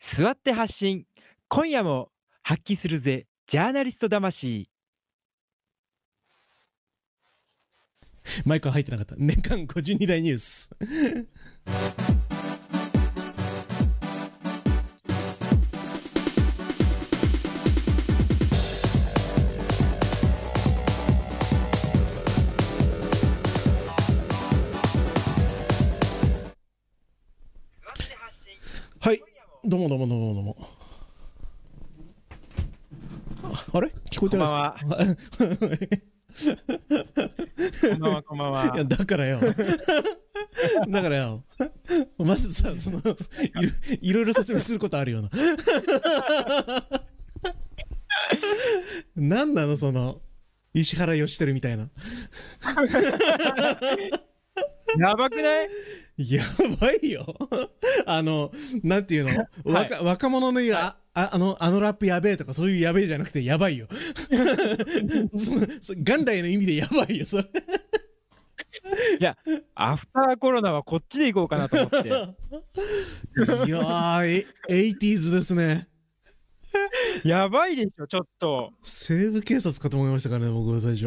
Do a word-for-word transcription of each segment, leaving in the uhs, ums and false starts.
座って発信。今夜も発揮するぜ、ジャーナリスト魂。 マイクは入ってなかった。年間ごじゅうにだいニュース。はい、どうもどうもどうもどうも。あれ聞こえてないですか？ こんばんは。こんばんは、こんばんは。 いや、だからよ。だからよ。まずさ、その、いろ、いろいろ説明することあるよな。なんなの、その、石原良照みたいな。 やばくない？ やばいよ。あの、なんていうの、はい、若, 若者の言う、あ、ああの、あのラップやべえとかそういうやべえじゃなくてやばいよ。そのそ元来の意味でやばいよ、それ。 いや、アフターコロナはこっちで行こうかなと思って。いやー、え、エイティーズですね。 やばいでしょ、ちょっと。 西部警察かと思いましたからね、僕は最初。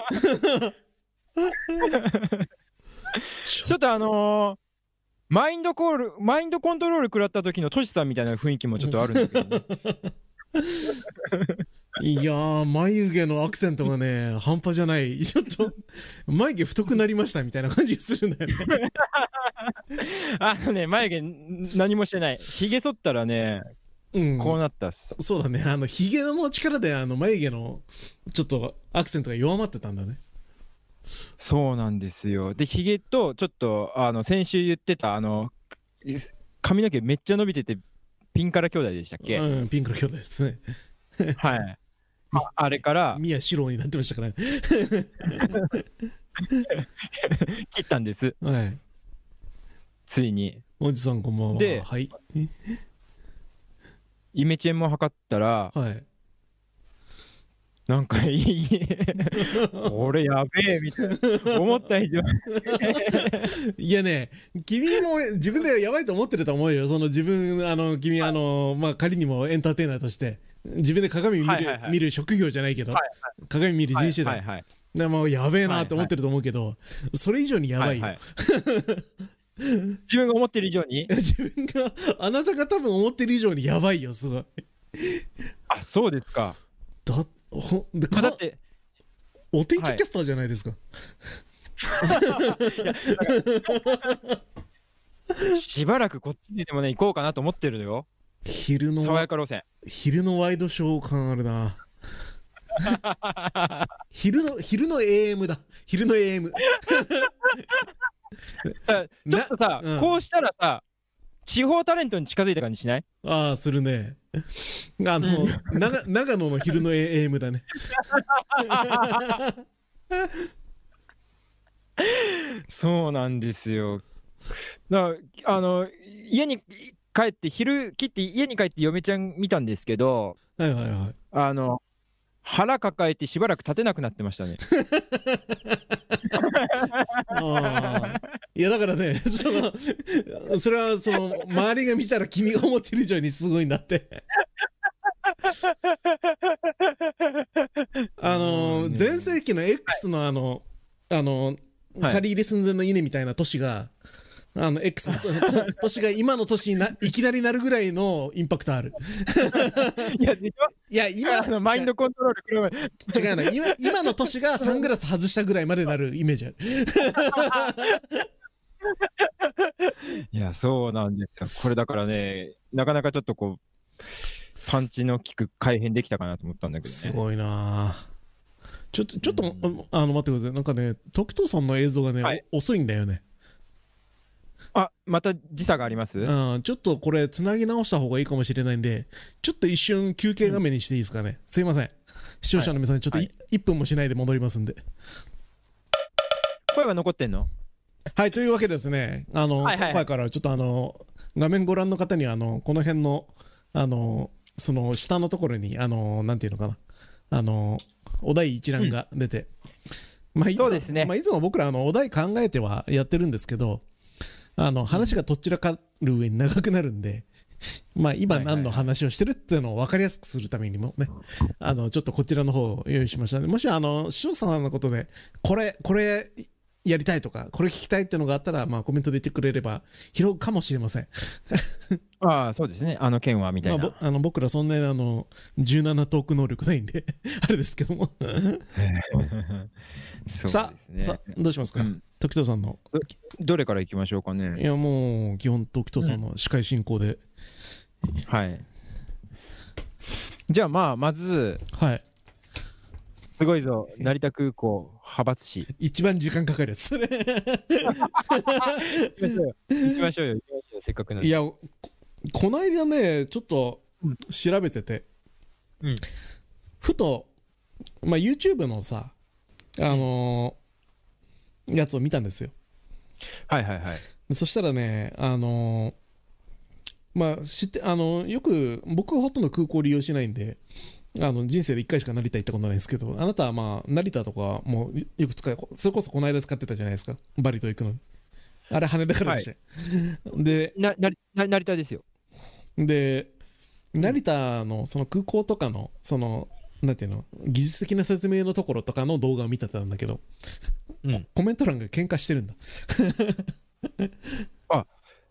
ちょっとあのー、マインドコール、マインドコントロール食らった時のトシさんみたいな雰囲気もちょっとあるんだけど、ね。 いやー、眉毛のアクセントがね、半端じゃない。ちょっと、眉毛太くなりましたみたいな感じがするんだよね。 あのね、眉毛何もしてない。ひげ剃ったらね、うん、こうなったっす。 そうだね、あの、ひげの力で、あの、眉毛の、ちょっとアクセントが弱まってたんだね。 そうなんですよ。で、ひげと、ちょっと、あの、先週言ってた、あの、髪の毛めっちゃ伸びてて、ピンカラ兄弟でしたっけ？ うん、ピンカラ兄弟ですね。 はい。あ, あれから、 宮四郎になってましたからね。 切ったんです。 はい。 ついに。 おじさんこんばんは。 で、 はい。 イメチェンも測ったら、 はい。 なんかいいこれやべえみたいな思った以上いやね、君も自分でやばいと思ってると思うよ。その自分、あの君、あのまあ仮にもエンターテイナーとして自分で鏡見る、はいはいはい、見る職業じゃないけど、はいはい、鏡見る人種だ、はいはいはい、でもやべえなって思ってると思うけど、はいはい、それ以上にやばいよ、はいはい自分が思ってる以上に自分があなたが多分思ってる以上にやばいよ、すごい。 あ、そうですか。 だほでだってお天気キャスターじゃないですか、 はい、しばらくこっちででもね行こうかなと思ってるのよ。 昼の爽やか路線、 昼のワイドショー感あるな。昼の昼の エーエム だ、昼の エーエムちょっとさ、うん、こうしたらさ地方タレントに近づいた感じしない？ ああ、するね。あの、うん、長, 長野の昼の エーエム だね。 そうなんですよ。だからあの家に帰って昼切って家に帰って嫁ちゃん見たんですけど、 はいはいはい、 あの腹抱えてしばらく立てなくなってましたね。 あいやだからね、そのそれはその周りが見たら君が思ってる以上にすごいんだって。あの全盛期の X のあの、はい、あの借り入れ寸前の稲みたいな都市が、あの X の都市が今の都市にないきなりなるぐらいのインパクトある。 いや、いや今のマインドコントロール違うな、今今の都市がサングラス外したぐらいまでなるイメージある。 いや、そうなんですよ。これだからね、なかなかちょっとこうパンチの効く改変できたかなと思ったんだけどね。 すごいな。ちょっとちょっと、うん、あの待ってください。なんかね、時藤さんの映像がね、はい、遅いんだよね。 あ、また時差があります？ うん、ちょっとこれつなぎ直した方がいいかもしれないんで、ちょっと一瞬休憩画面にしていいですかね。うん、すいません。視聴者の皆さん、ちょっと、はい、いっぷんもしないで戻りますんで。 声は残ってんの？ はい、というわけですね。あの、はいはいはい、今回からちょっとあの画面ご覧の方にあのこの辺のあのその下のところにあのなんていうのかな、あのお題一覧が出て、うん、まあいつも、そうですね、まあ、いつも僕らあのお題考えてはやってるんですけど、あの話がとっちらかる上に長くなるんで、 まあ今何の話をしてるっていうのを分かりやすくするためにもね、あのちょっとこちらの方を用意しましたので、もしあの視聴者さんのことでこれこれやりたいとかこれ聞きたいっていうのがあったら、まあコメントで言ってくれれば拾うかもしれません。 ああ、そうですね。あの件はみたいな。 まあ、あの僕らそんなにあのじゅうななトーク能力ないんであれですけどもさあ、さあどうしますか、うん、時藤さんのどれからいきましょうかね。 いやもう基本時藤さんの司会進行で、 うん、はいじゃあまあまずはいすごいぞ成田空港派閥市一番時間かかるやつそれ行きましょうよ行きましょうよせっかくなんで。 いや こ, この間ねちょっと調べてて、うん、ふと、まあ、YouTube のさあのー、やつを見たんですよ。 はいはいはい。 そしたらねあのー、まあ知ってあのー、よく僕はほとんど空港利用しないんであの人生でいっかいしか成田行ったことないんですけど、あなたはまあ成田とかもよく使い、それこそこの間使ってたじゃないですか、バリ島行くのに。あれ羽田からでして、はい、でななな成田ですよ。 で成田のその空港とかのそのなんていうの技術的な説明のところとかの動画を見てたんだけど、うん、コメント欄が喧嘩してるんだあ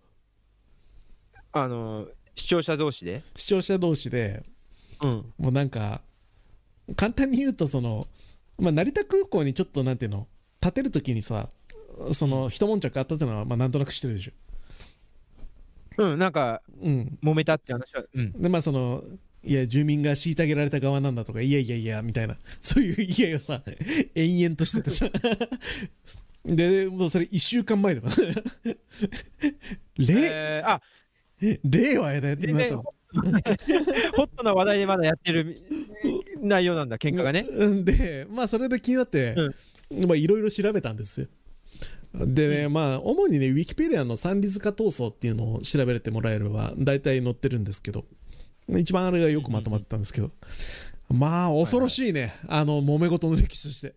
あの視聴者同士で視聴者同士で、うん、もうなんか簡単に言うとその、まあ、成田空港にちょっとなんていうの建てるときにさその一悶着あったっていうのはまあなんとなく知ってるでしょ。 うんなんか、うん、揉めたって話は、うん、 でまあそのいや住民が虐げられた側なんだとかいやいやいやみたいなそういういやいやさ延々としててさでもうそれいっしゅうかんまえだからえー、あ令和やでってなったのホットな話題でまだやってる内容なんだ喧嘩がね。 でまあそれで気になっていろいろ調べたんですよ。でね、うん、まあ主にねウィキペディアの三里塚闘争っていうのを調べてもらえれば大体載ってるんですけど、一番あれがよくまとまってたんですけど、うん、まあ恐ろしいね、はいはい、あの揉め事の歴史として。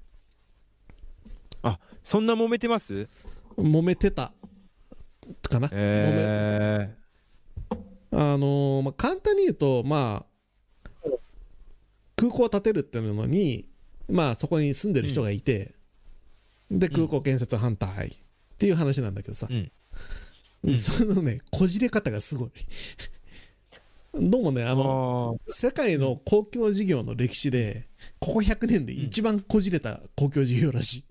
あそんな揉めてます？ 揉めてたかな、 えー、あのー、まあ、簡単に言うとまあ空港を建てるっていうのにまあそこに住んでる人がいて、うん、で空港建設反対っていう話なんだけどさ、うんうん、そのねこじれ方がすごいどうもねあの世界の公共事業の歴史でここひゃくねんで一番こじれた公共事業らしい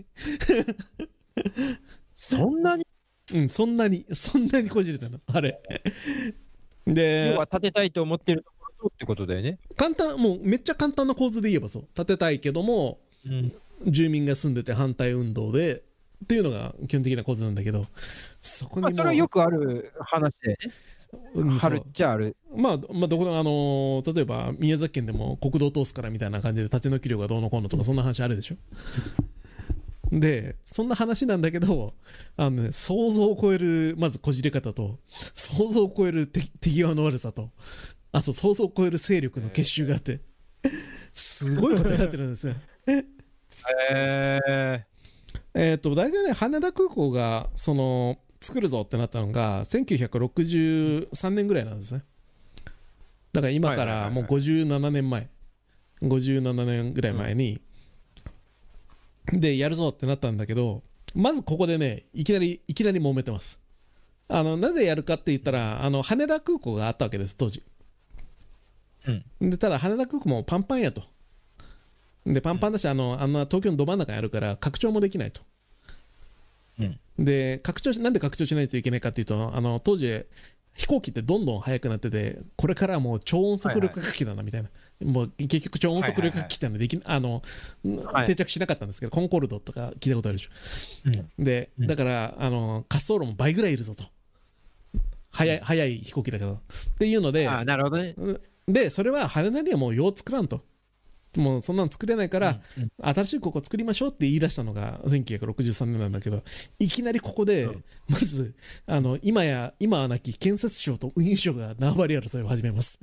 そんなにうんそんなにそんなにこじれたのあれで要は建てたいと思ってるところとってことだよね。 簡単もうめっちゃ簡単な構図で言えばそう建てたいけども、うん、住民が住んでて反対運動でっていうのが基本的な構図なんだけど、そこにも、まあ、 それはよくある話で、ね、うん、あるっちゃある。 まあ、まあ、どこのあのー、例えば宮崎県でも国道通すからみたいな感じで立ち退き料がどうのこうのとかそんな話あるでしょでそんな話なんだけどあの、ね、想像を超えるまずこじれ方と想像を超える手際の悪さとあと想像を超える勢力の結集があってすごいことになってるんですねへええっと大体ね羽田空港がその作るぞってなったのがせんきゅうひゃくろくじゅうさんねんぐらいなんですね。だから今からもうごじゅうななねんまえごじゅうななねんぐらい前に、うん、でやるぞってなったんだけどまずここでねいきなりいきなり揉めてます。あのなぜやるかって言ったらあの羽田空港があったわけです当時、うん、でただ羽田空港もパンパンやとでパンパンだしあのあんな東京のど真ん中にあるから拡張もできないと、うん、で拡張なんで拡張しないといけないかっていうとあの当時飛行機ってどんどん速くなっててこれからはもう超音速力学機だなみたいな、はいはい、もう結局超音速力学機ってのはでき、はいはいはい、あの定着しなかったんですけど、はい、コンコルドとか聞いたことあるでしょ、うん、でだからあの滑走路も倍ぐらいいるぞと速い、速い飛行機だけどっていうのであなるほどねでそれは羽田にはもうよう作らんともうそんなの作れないから、うんうん、新しい空港作りましょうって言い出したのがせんきゅうひゃくろくじゅうさんねんなんだけどいきなりここで、うん、まずあの今や今はなき建設省と運輸省が縄張り争いを始めます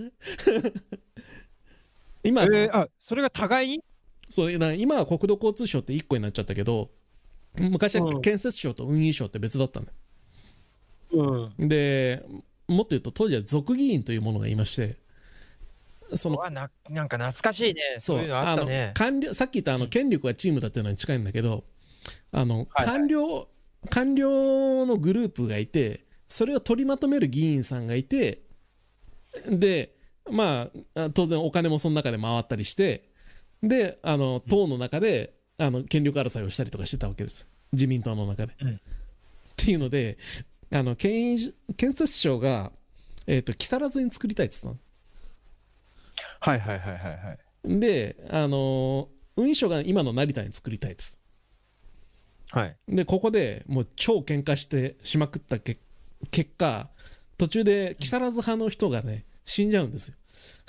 今、 えー、あそれが互いにそう今は国土交通省っていっこになっちゃったけど昔は建設省と運輸省って別だったんだよ、うん、でもっと言うと当時は族議員というものがいまして、そのななんか懐かしいね。 そう、 そういうのあったね。 あの官僚、さっき言ったあの権力がチームだっていうのに近いんだけど、あの官僚、はいはい、官僚のグループがいて、それを取りまとめる議員さんがいて、でまあ当然お金もその中で回ったりして、であの党の中で、うん、あの権力争いをしたりとかしてたわけです、自民党の中で、うん、っていうので、あの検検察庁が、えーと、木更津に作りたいって言ったの。 はいはいはいはいはい。 で、あの運輸省が今の成田に作りたいっつって、はい、でここでもう超喧嘩してしまくったけ結果、途中で木更津派の人がね死んじゃうんですよ。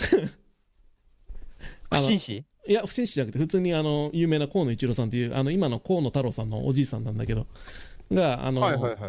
不審死？ いや不審死じゃなくて、普通にあの有名な河野一郎さんっていう、あの今の河野太郎さんのおじいさんなんだけどが、あの、はいはいはい、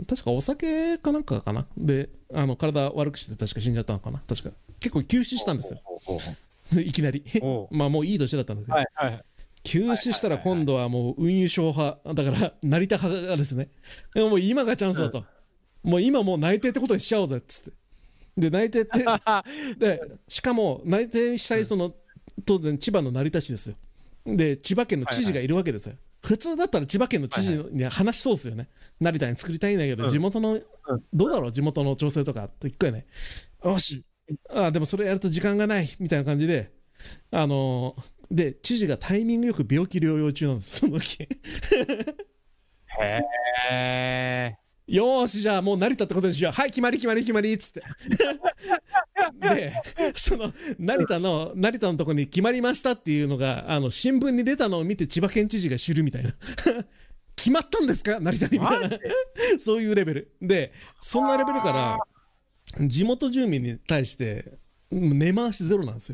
確かお酒かなんかかなで、あの体悪くして確か死んじゃったのかな、確か結構急死したんですよいきなりまあもういい年だったんだけど、はいはい、急死したら今度はもう運輸省派だから成田派がですね、もう今がチャンスだと、うん、もう今もう内定ってことにしちゃおうぜっつって、で内定ってでしかも内定したいその、うん、当然千葉の成田市ですよ。で千葉県の知事がいるわけですよ、はいはい、普通だったら千葉県の知事に話しそうですよね、はいはい、成田に作りたいんだけど、うん、地元の、うん、どうだろう地元の調整とかって聞くよね、よし、あでもそれやると時間がないみたいな感じで、あのー、で知事がタイミングよく病気療養中なんですその時へえ。 よーしじゃあもう成田ってことにしよう、はい決まり決まり決まりっつってでその成田の成田のとこに決まりましたっていうのがあの新聞に出たのを見て千葉県知事が知るみたいな決まったんですか成田にみたいなそういうレベルで、そんなレベルから地元住民に対して根回しゼロなんですよ。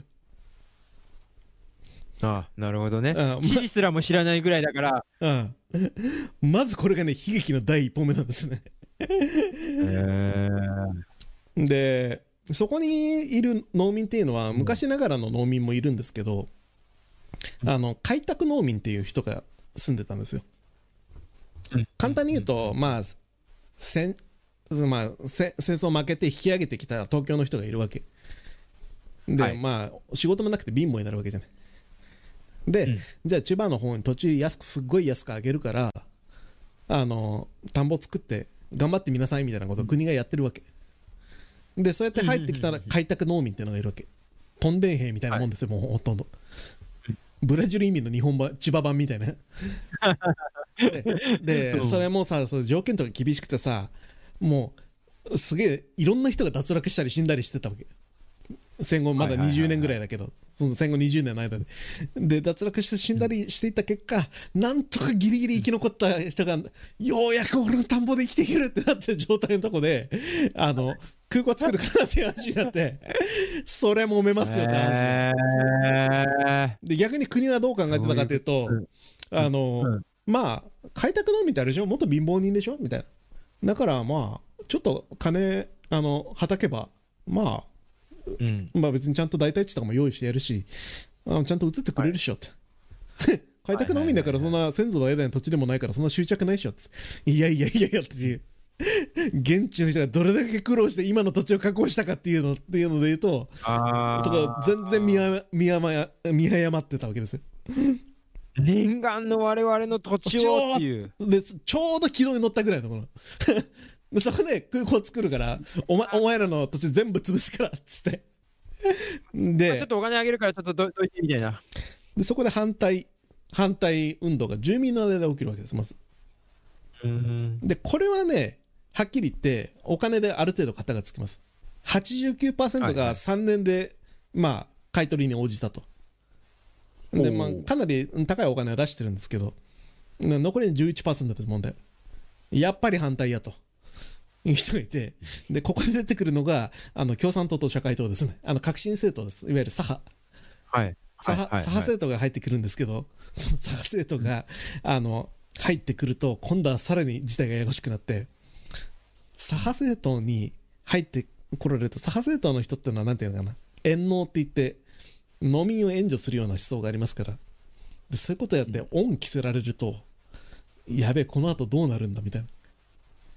ああなるほどね、うん、知事すらも知らないぐらいだから、 うん、まずこれがね悲劇の第一歩目なんですねへー。でそこにいる農民っていうのは昔ながらの農民もいるんですけど、うん、あの開拓農民っていう人が住んでたんですよ、うん、簡単に言うと、まあ戦、まあ、戦争負けて引き上げてきた東京の人がいるわけで、はい、まあ仕事もなくて貧乏になるわけじゃないで、うん、じゃあ千葉の方に土地安くすっごい安くあげるからあの田んぼ作って頑張ってみなさいみたいなことを国がやってるわけで、そうやって入ってきたら開拓農民っていうのがいるわけ、トンデン兵みたいなもんですよ、はい、もうほとんどブラジル移民の日本版千葉版みたいなで, でそれもさその条件とか厳しくてさ、もうすげえいろんな人が脱落したり死んだりしてたわけ、戦後まだにじゅうねんぐらいだけど、その戦後にじゅうねんの間でで脱落して死んだりしていった結果、うん、なんとかギリギリ生き残った人がようやく俺の田んぼで生きていけるってなってる状態のとこであの空港作るからっていう話になってそれ揉めますよって話で、えー、で逆に国はどう考えてたかというと、あの、うん、まあ開拓農民ってあれでしょ、元貧乏人でしょみたいな、だからまあちょっと金あのはたけばまあうん、まあ別にちゃんと代替地とかも用意してやるし、あちゃんと移ってくれるっしょって、はい、開拓農民だからそんな先祖の間の土地でもないからそんな執着ないっしょって、いやいやいやいやっていう現地の人がどれだけ苦労して今の土地を確保したかっていうのっていうので言うと、あそこ全然見誤見誤見誤ってたわけですよ念願の我々の土地をっていうでちょうど軌道に乗ったぐらいのものでそこで空港作るからお前、お前らの土地全部潰すからっつってでちょっとお金あげるからちょっとどいてみたいなで、そこで反対反対運動が住民の間で起きるわけです、まず。うんでこれはねはっきり言ってお金である程度型がつきます。はちじゅうきゅうパーセント がさんねんで、はいはい、まあ買い取りに応じたと。で、まあ、かなり高いお金を出してるんですけど、残りの じゅういちパーセント です問題。やっぱり反対やという人がいて、でここで出てくるのがあの共産党と社会党ですね。あの革新政党です、いわゆる左派、 はい、 左派、はいはいはい、左派政党が入ってくるんですけど、その左派政党があの入ってくると今度はさらに事態がややこしくなって、左派政党に入ってこられると、左派政党の人っていうのはなんていうのかな、遠農って言って農民を援助するような思想がありますから、でそういうことやって恩着せられると、やべえこの後どうなるんだみたいな、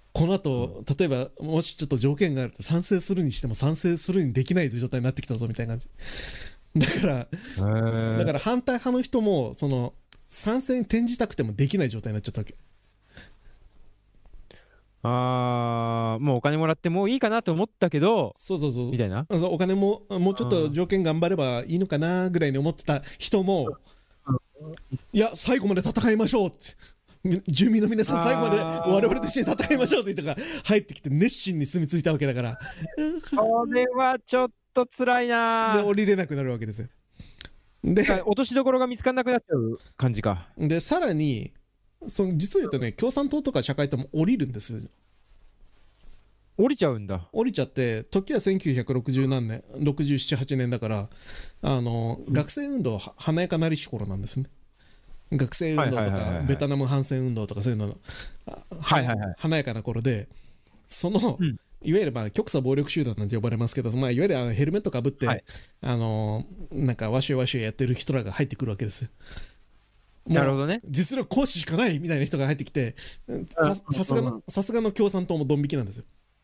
この後例えばもしちょっと条件があると賛成するにしても賛成するにできない状態になってきたぞみたいな感じだからだから反対派の人もその賛成に転じたくてもできない状態になっちゃったわけ。 あー、もうお金もらってもういいかなと思ったけど、 そうそうそうみたいな。 お金ももうちょっと条件頑張ればいいのかなぐらいに思ってた人も、いや最後まで戦いましょうって住民の皆さん最後まで我々と一緒に戦いましょうって言ったから入ってきて熱心に住み着いたわけだからこれはちょっと辛いな。 で降りれなくなるわけですよ。で落としどころが見つからなくなっちゃう感じか。 でさらにその実を言うとね共産党とか社会党も降りるんですよ。 降りちゃうんだ。 降りちゃって時はせんきゅうひゃくろくじゅう何年ろくじゅうなな、はちねんだからあの、うん、学生運動は華やかなりし頃なんですね。学生運動とかベトナム反戦運動とかそういうのの、はいはいはい、華やかな頃でその、うん、いわゆるまあ極左暴力集団なんて呼ばれますけど、まあ、いわゆるあのヘルメットかぶって、はい、あのなんかワシュワシュやってる人らが入ってくるわけですよ。 なるほどね。 実力行使しかないみたいな人が入ってきてさすがのさすがの共産党もドン引きなんですよ。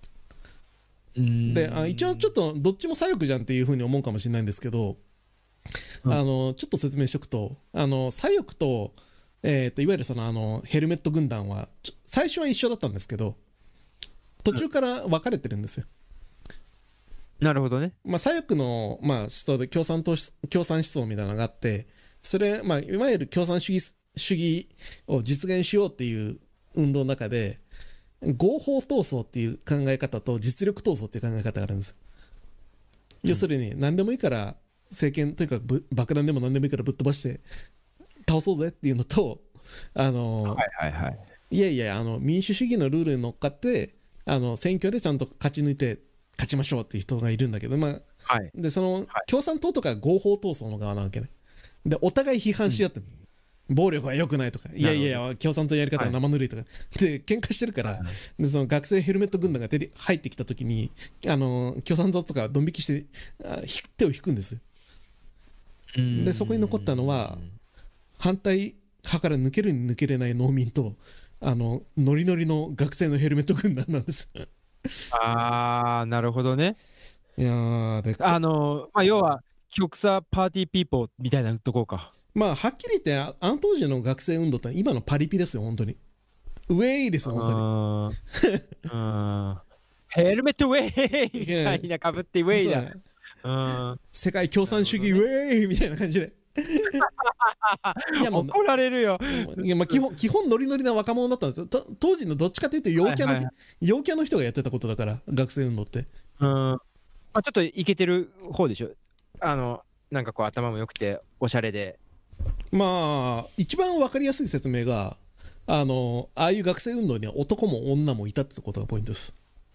であ一応ちょっとどっちも左翼じゃんっていうふうに思うかもしれないんですけど、うん、あのちょっと説明しておくとあの左翼と、えー、といわゆるそのあのヘルメット軍団は最初は一緒だったんですけど途中から分かれてるんですよ。 うん、なるほどね。 まあ、左翼の、まあ、思想で共産党共産思想みたいなのがあってそれ、まあ、いわゆる共産主義主義を実現しようっていう運動の中で合法闘争っていう考え方と実力闘争っていう考え方があるんです。うん、要するに何でもいいから政権とにかく爆弾でも何でもいいからぶっ飛ばして倒そうぜっていうのとあの、はいはいはい、いやいやあの民主主義のルールに乗っかってあの選挙でちゃんと勝ち抜いて勝ちましょうっていう人がいるんだけど、まあはい、でその、はい、共産党とか合法闘争の側なわけね。でお互い批判し合ってる、うん、暴力は良くないとかいやいやいや共産党のやり方は生ぬるいとか、はい、で喧嘩してるから、はい、でその学生ヘルメット軍団が出て入ってきた時にあの共産党とかドン引きしてあ手を引くんですよ。でそこに残ったのは反対派から抜けるに抜けれない農民とあのノリノリの学生のヘルメット軍団なんですあーなるほどね。 いやーであのまあ要は極左パーティーピーポーみたいなところか。 まあはっきり言ってあの当時の学生運動って今のパリピですよ本当に。ウェイですよ本当にあヘルメットウェイみたいなかぶってウェイだ。 うん世界共産主義、ね、ウェイみたいな感じでいやもう怒られるよ。 いやまあ基本基本ノリノリな若者だったんですよ。当時のどっちかというと陽キャの、はいはい、陽キャの人がやってたことだから学生運動って。 うんまあ、ちょっとイケてる方でしょ。あのなんかこう頭も良くておしゃれで。 まあ一番分かりやすい説明があのああいう学生運動には男も女もいたってことがポイントです。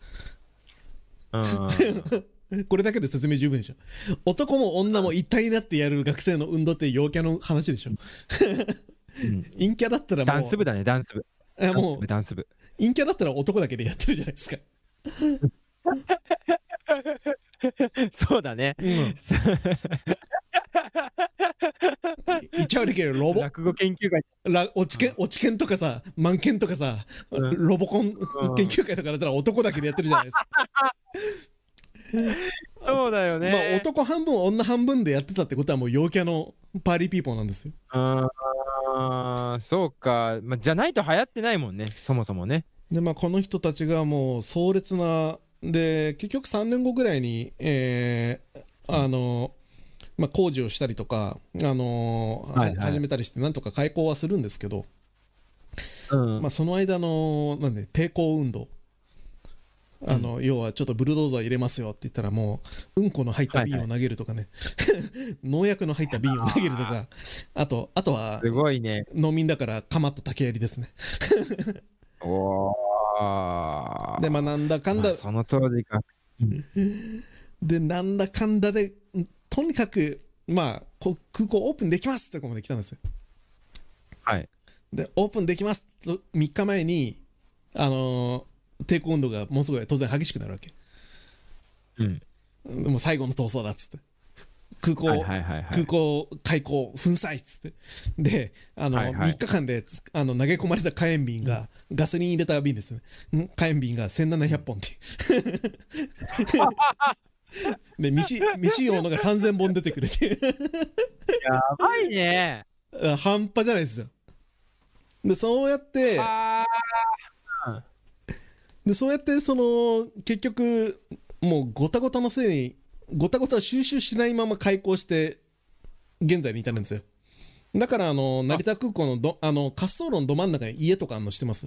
うんこれだけで説明十分でしょ。男も女も一体になってやる学生の運動って陽キャの話でしょ。うん、陰キャだったらもうダンス部だねダンス部。 いやもうダンス部。 陰キャだったら男だけでやってるじゃないですか。 そうだね。うん、言っちゃ悪いけどロボ落語研究会落ち研、落ち研とかさ満研とかさ、うん、ロボコン研究会とかだったら男だけでやってるじゃないですか。 そうだよね。 まあ男半分女半分でやってたってことはもう陽キャのパーリーピーポーなんですよ。 ああそうか、まあ、じゃないと流行ってないもんねそもそもね。 でまあこの人たちがもう壮烈なで結局さんねんごぐらいに、えー、あのまあ工事をしたりとかあの、はいはい、始めたりしてなんとか開港はするんですけど、うんまあ、その間のなんで抵抗運動あの、うん、要はちょっとブルドーザー入れますよって言ったらもううんこの入った瓶を投げるとかね、はいはい、農薬の入った瓶を投げるとかあとあとはすごいね農民だから鎌と竹槍ですね。 おでまあなんだかんだ、まあ、 その通りかでなんだかんだでとにかくまあ空港オープンできますってとこまで来たんですよ。 はいでオープンできますとみっかまえにあのー抵抗運動がものすごい当然激しくなるわけ。うん。もう最後の闘争だっつって。 空港、 はいはいはいはい空港開港粉砕っつってであの、 はいはいみっかかんでつあの投げ込まれた火炎瓶が、ガソリン入れた瓶ですね、ん火炎瓶がせんななひゃっぽんってで未使未使用のがさんぜんぼん出てくるっていうやばいね。 半端じゃないですよ。でそうやってあでそうやってその結局もうごたごたのせいにごたごた収集しないまま開港して現在に至るんですよ。だからあの成田空港のどあの滑走路のど真ん中に家とかあるの知ってます？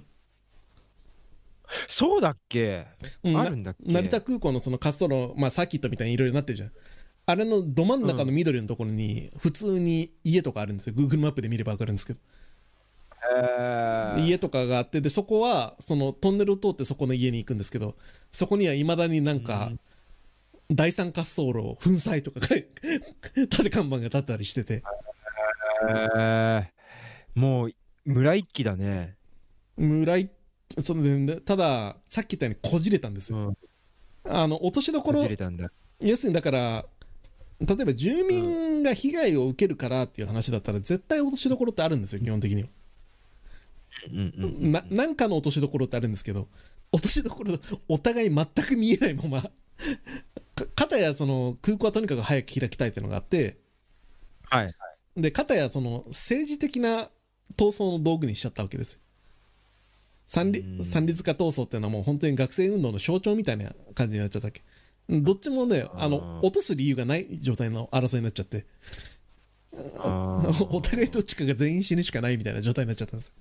そうだっけ、 うん、 あるんだっけ。 成田空港のその滑走路、まあ、サーキットみたいにいろいろなってるじゃん。あれのど真ん中の緑のところに普通に家とかあるんですよ。 Google マップで見れば分かるんですけど、 えー、 家とかがあって、でそこはそのトンネルを通ってそこの家に行くんですけど、そこにはいまだになんか、うん、第三滑走路粉砕とか立て看板が立ったりしてて、 えー、もう村一揆だね。 村一その、ね、たださっき言ったようにこじれたんですよ、うん、あの落としどころ、要するにだから例えば住民が被害を受けるからっていう話だったら絶対落としどころってあるんですよ、基本的には。ななんかの落としどころってあるんですけど、落としどころお互い全く見えないままか片やその空港はとにかく早く開きたいっていうのがあって、 はいはい、 で片やその政治的な闘争の道具にしちゃったわけです。三里三里塚闘争っていうのはもう本当に学生運動の象徴みたいな感じになっちゃったわけ。どっちもね、あの落とす理由がない状態の争いになっちゃって、お互いどっちかが全員死ぬしかないみたいな状態になっちゃったんです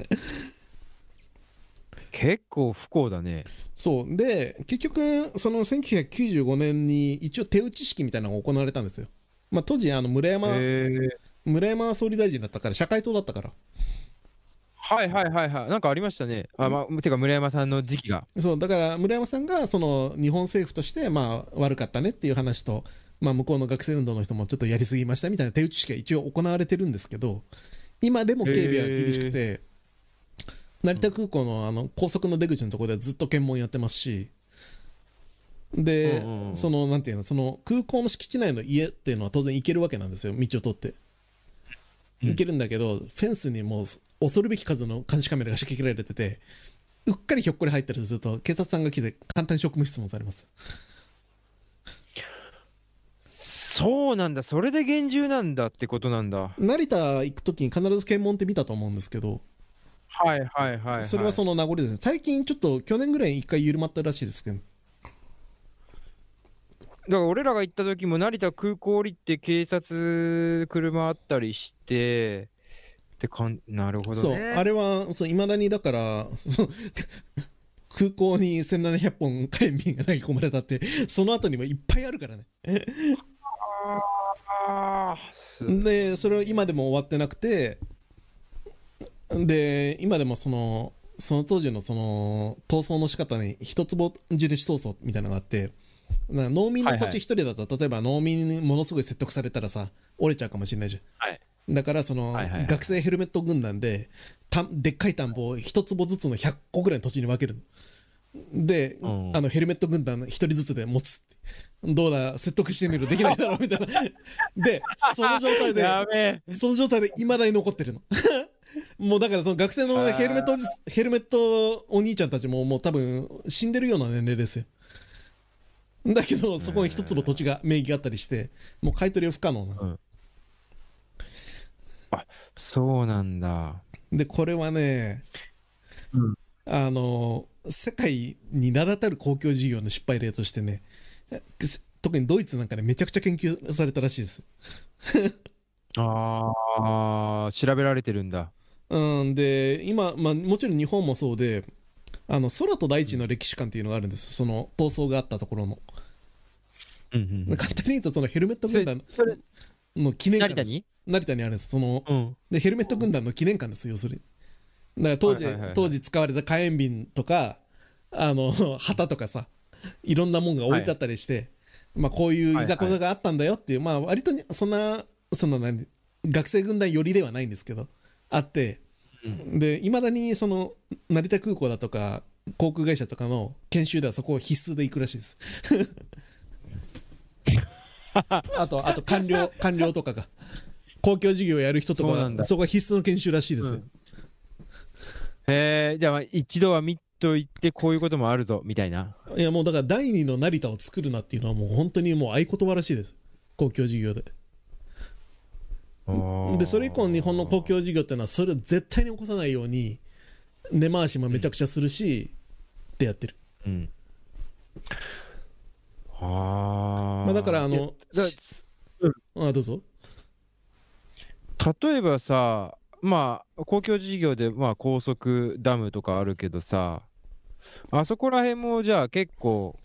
結構不幸だね。 そうで結局そのせんきゅうひゃくきゅうじゅうごねんに一応手打ち式みたいなのが行われたんですよ。まあ、当時あの村山村山総理大臣だったから、社会党だったから。 はいはいはいはい、なんかありましたね。あ、まあ、てか村山さんの時期が。 そうだから村山さんがその日本政府としてまあ悪かったねっていう話と、まあ、向こうの学生運動の人もちょっとやりすぎましたみたいな手打ち式が一応行われてるんですけど、今でも警備は厳しくて、成田空港のあの高速の出口のところではずっと検問やってますし、で、うんうん、そのなんていうの、その空港の敷地内の家っていうのは当然行けるわけなんですよ、道を通って行けるんだけど、うん、フェンスにもう恐るべき数の監視カメラが仕掛けられてて、うっかりひょっこり入ったりすると警察さんが来て簡単に職務質問されます。 そうなんだ、それで厳重なんだってことなんだ。 成田行くときに必ず検問って見たと思うんですけど、 はいはいはい、はい、 それはその名残ですね。最近ちょっと去年ぐらいに一回緩まったらしいですけど、 だから俺らが行った時も成田空港降りて警察車あったりしてってかん、なるほどね。 そうあれはいまだにだからそ空港にせんななひゃっぽん火炎瓶が投げ込まれたって、その後にもいっぱいあるからねあでそれは今でも終わってなくて、で今でもそのその当時のその闘争の仕方に一坪印闘争みたいなのがあって、農民の土地一人だと、はいはい、例えば農民にものすごい説得されたらさ折れちゃうかもしれないじゃん、はい、だからその、はいはいはい、学生ヘルメット軍団でたでっかい田んぼを一坪ずつのひゃっこぐらいの土地に分けるで、うん、あのヘルメット軍団一人ずつで持つどうだ説得してみるできないだろうみたいなでその状態でその状態でいまだに残ってるのもうだからその学生のヘルメットヘルメットお兄ちゃんたちももう多分死んでるような年齢ですよ。だけどそこに一坪土地が名義があったりしてもう買い取りは不可能な、うん、 あそうなんだ。 でこれはね、うん、あの世界に名だたる公共事業の失敗例としてね、特にドイツなんかでめちゃくちゃ研究されたらしいですああ調べられてるんだ。 うんで今、まあ、もちろん日本もそうで、あの空と大地の歴史館っていうのがあるんです、その闘争があったところの、うんうんうん、簡単に言うとそのヘルメット軍団の記念館です。成田に成田にあるんですその、うん、でヘルメット軍団の記念館です要するに。だから当時、はいはいはいはい、当時使われた火炎瓶とかあの旗とかさいろんなもんが置いてあったりして、はい、まあ、こういういざこざがあったんだよっていう、はいはい、まあ割とそんなその何学生軍団寄りではないんですけどあって、うん、でいまだにその成田空港だとか航空会社とかの研修ではそこを必須で行くらしいですあとあと官僚官僚とかが公共事業をやる人とかはそこが必須の研修らしいですよ、うん、 へえ、じゃあまあ一度は見といてこういうこともあるぞみたいな。 いやもうだから第二の成田を作るなっていうのはもう本当にもう合言葉らしいです、公共事業で。でそれ以降日本の公共事業っていうのはそれを絶対に起こさないように根回しもめちゃくちゃするし、うん、ってやってる、うん、 あ、 まあだからあのあどうぞ。 例えばさ、まあ公共事業でまあ高速ダムとかあるけどさ、あそこら辺もじゃあ結構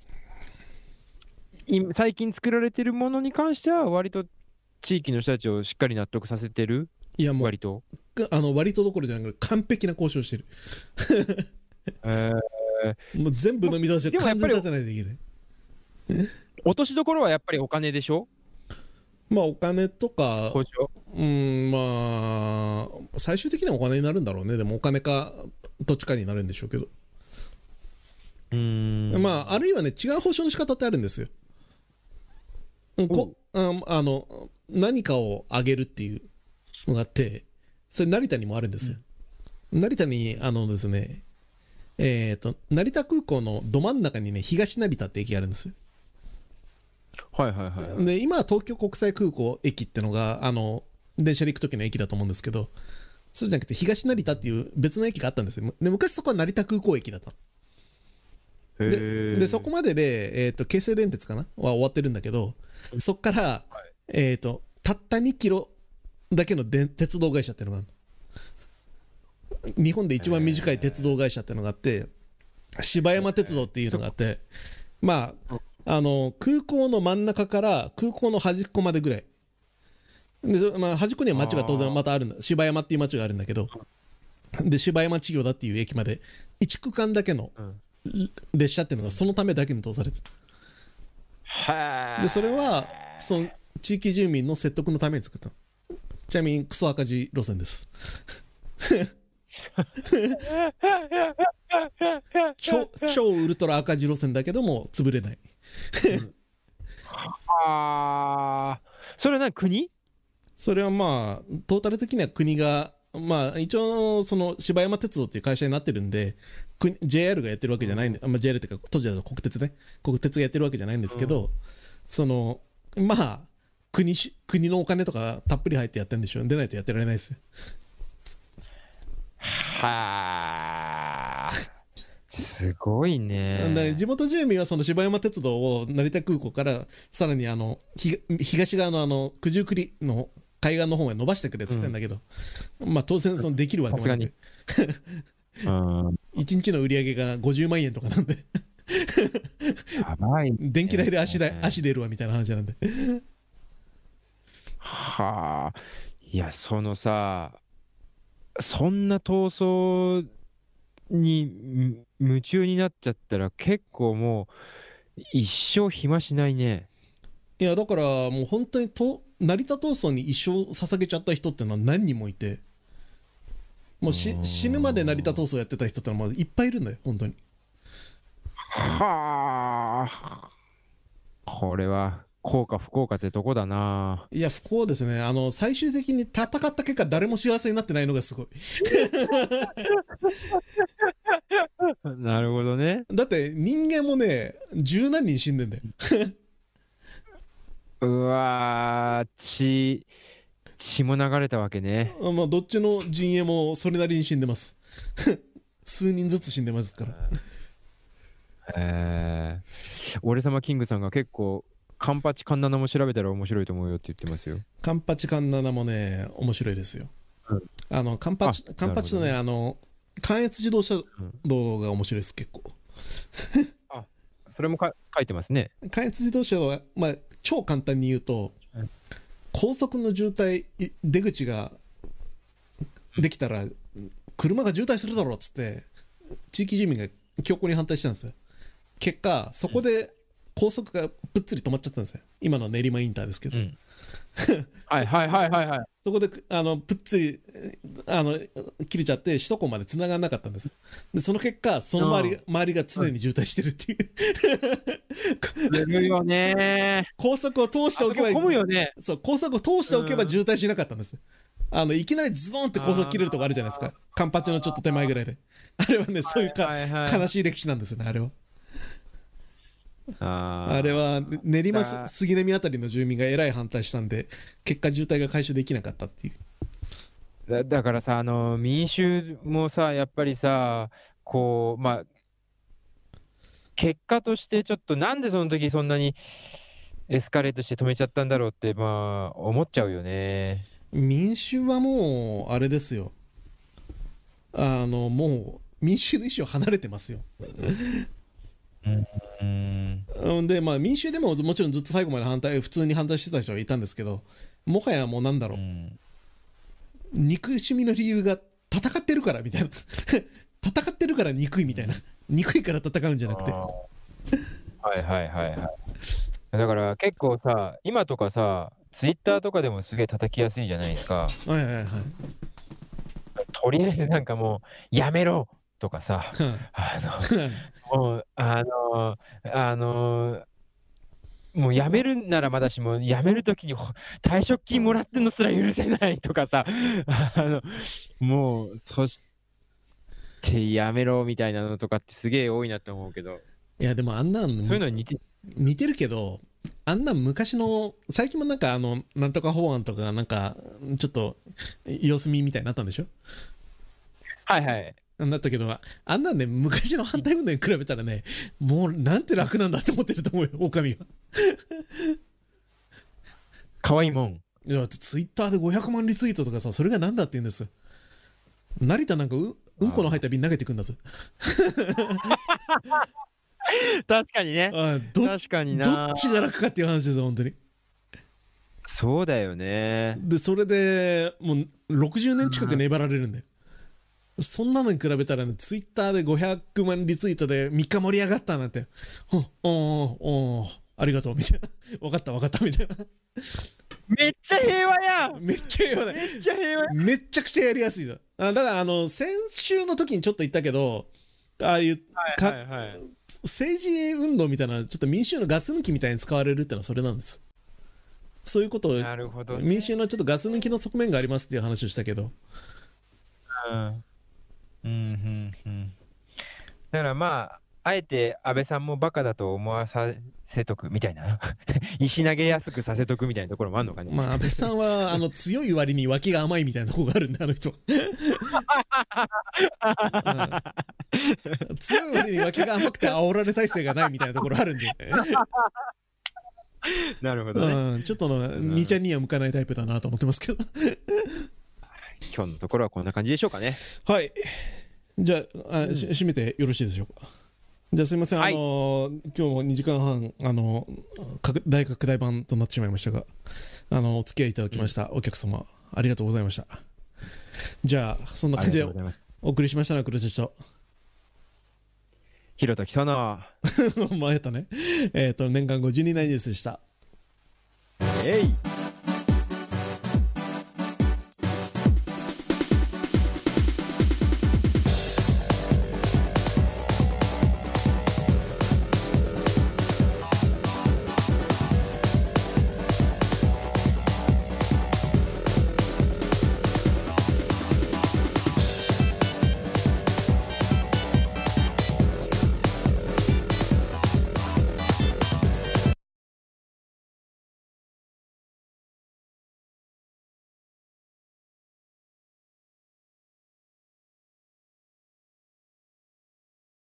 最近作られてるものに関しては割と地域の人たちをしっかり納得させてる。 いやもう割とあの割とどころじゃなくて完璧な交渉してるえー、もう全部の見通しを完全に立てないといけない落としどころはやっぱりお金でしょ。 まあお金とか、うんまあ最終的にはお金になるんだろうね。でもお金かどっちかになるんでしょうけど、うーんまああるいはね違う保証の仕方ってあるんですよ。こああの何かをあげるっていうのがあって、それ成田にもあるんですよ、うん、成田にあのですねえっと成田空港のど真ん中にね東成田って駅があるんですよ。 はいはいはい。 で今は東京国際空港駅ってのがあの電車で行く時の駅だと思うんですけど、そうじゃなくて東成田っていう別の駅があったんですよ。で昔そこは成田空港駅だったの。で, でそこまでで、えーと、京成電鉄かなは終わってるんだけど、そこから、はい、えーと、たったにキロだけの鉄道会社っていうのがあるの。日本で一番短い鉄道会社っていうのがあって、芝山鉄道っていうのがあって、まああの空港の真ん中から空港の端っこまでぐらいで、まあ、端っこには町が当然またあるんだ。芝山っていう町があるんだけど、で芝山稚魚だっていう駅までいち区間だけの列車っていうのがそのためだけに通されてる。でそれはその地域住民の説得のために作ったの。ちなみにクソ赤字路線です超, 超ウルトラ赤字路線だけども潰れないあそれは何国？ それはまあトータル的には国がまあ一応その芝山鉄道っていう会社になってるんで ジェイアール がやってるわけじゃないんで、まあ、ジェイアール っていうか当時は国鉄ね国鉄がやってるわけじゃないんですけど、うん、そのまあ国国のお金とかたっぷり入ってやってるんでしょう。でないとやってられないですよ。 はあすごいね。 地元住民はその芝山鉄道を成田空港からさらにあの東側のあの九十九里の海岸の方へ伸ばしてくれっつってんだけど、うん、まあ当然そのできるわけもなくいちにちの売り上げがごじゅうまんえんとかなんでやばい、ね、 電気代で足だ足出るわみたいな話なんではあいやそのさそんな闘争に夢中になっちゃったら結構もう一生暇しないね。 いやだからもう本当にと成田闘争に一生捧げちゃった人ってのは何人もいて、もうし死ぬまで成田闘争やってた人ってのはまだいっぱいいるんだよ本当に。 はあこれは幸か不幸かってとこだな。 いや不幸ですね。あの最終的に戦った結果誰も幸せになってないのがすごいなるほどね。 だって人間もね十何人死んでんだようわー血血も流れたわけね。 まあどっちの陣営もそれなりに死んでます数人ずつ死んでますからえー、俺様キングさんが結構カンパチカンナナも調べたら面白いと思うよって言ってますよ。 カンパチカンナナもね面白いですよ、うん、あのカンパチカンパチとねあの関越自動車道が面白いです結構あそれもか書いてますね。 関越自動車道はまあ超簡単に言うと、うん、高速の渋滞出口ができたら車が渋滞するだろうっつって地域住民が強硬に反対したんですよ。結果そこで高速がぷっつり止まっちゃったんですよ。今の練馬インターですけど、 うん、はいはいはいはいはい。 そこであのぷっつりあの切れちゃって首都高まで繋がらなかったんです。でその結果その周りが、周りが常に渋滞してるっていう眠いよね。 高速を通しておけば、 混むよね。 そう、高速を通しておけば渋滞しなかったんです。あのいきなりズドンって高速切れるとこあるじゃないですか。カンパチのちょっと手前ぐらいで。あれはね、そういうか、はいはいはい、悲しい歴史なんですよね、あれは。あ, あれは練馬杉並あたりの住民がえらい反対したんで、結果渋滞が解消できなかったっていう。 だ, だからさ、あの民衆もさ、やっぱりさ、こうまあ結果としてちょっとなんでその時そんなにエスカレートして止めちゃったんだろうってまあ思っちゃうよね。 民衆はもうあれですよ、あのもう民衆の意思を離れてますよ。うん、でまあ民衆でももちろんずっと最後まで反対普通に反対してた人はいたんですけど、もはやもうなんだろう、うん、憎しみの理由が戦ってるからみたいな戦ってるから憎いみたいな、憎いから戦うんじゃなくてはいはいはいはい。だから結構さ、今とかさツイッターとかでもすげえ叩きやすいじゃないですか。 はいはいはい。 とりあえずなんかもうやめろとかさ、あのもうあのあのもうやめるならまだしもやめるときに退職金もらってんのすら許せないとかさ、あのもうそしてやめろみたいなのとかってすげえ多いなと思うけど。 いやでもあんなんそういうの似て似てるけど、あんな昔の最近もなんかあのなんとか法案とかなんかちょっと様子見みたいになったんでしょ。 はいはい。 なったけど、あんなんね昔の反対運動に比べたらね、もうなんて楽なんだって思ってると思うよ、狼は。 かわいいもん。 いやツイッターでごひゃくまんリツイートとかさ、それがなんだって言うんです。成田なんか う, うんこの入った瓶投げてくんだぞ。 確かにね。 あど確かにな。 どっちが楽かっていう話ですよ本当に。 そうだよね。 でそれでもうろくじゅうねん近く粘られるんだよ、うん、そんなのに比べたらね、ツイッターでごひゃくまんリツイートでみっか盛り上がったなんて、おおおありがとうみたいな、分かった分かったみたいな。 めっちゃ平和やん。 めっちゃ平和だ。 めっちゃ平和。 めっちゃくちゃやりやすいぞ。あだからあの先週の時にちょっと言ったけど、ああいう、はいはいはい、政治運動みたいなちょっと民衆のガス抜きみたいに使われるってのはそれなんです。そういうことを、なるほどね、民衆のちょっとガス抜きの側面がありますっていう話をしたけど、 うんうんうんうん、だからまああえて安倍さんもバカだと思わさせとくみたいな石投げやすくさせとくみたいなところもあるのかね。 まあ安倍さんはあの強い割に脇が甘いみたいなところがあるんで、あの人うん、強い割に脇が甘くて煽られ体制がないみたいなところあるんでなるほどね、 うん、ちょっとのにちゃんには向かないタイプだなと思ってますけど今日のところはこんな感じでしょうかね。 はい、じゃあ、あ、うん、締めてよろしいでしょうか。じゃあすいません、はい、あのー、今日もにじかんはんあの大拡大版となってしまいましたが、あのお付き合いいただきました、うん、お客様ありがとうございました。じゃあそんな感じで お, お送りしましたのは黒瀬とひろときとの前やったねえっ、ー、と年間ごじゅうにないニュースでした。 えい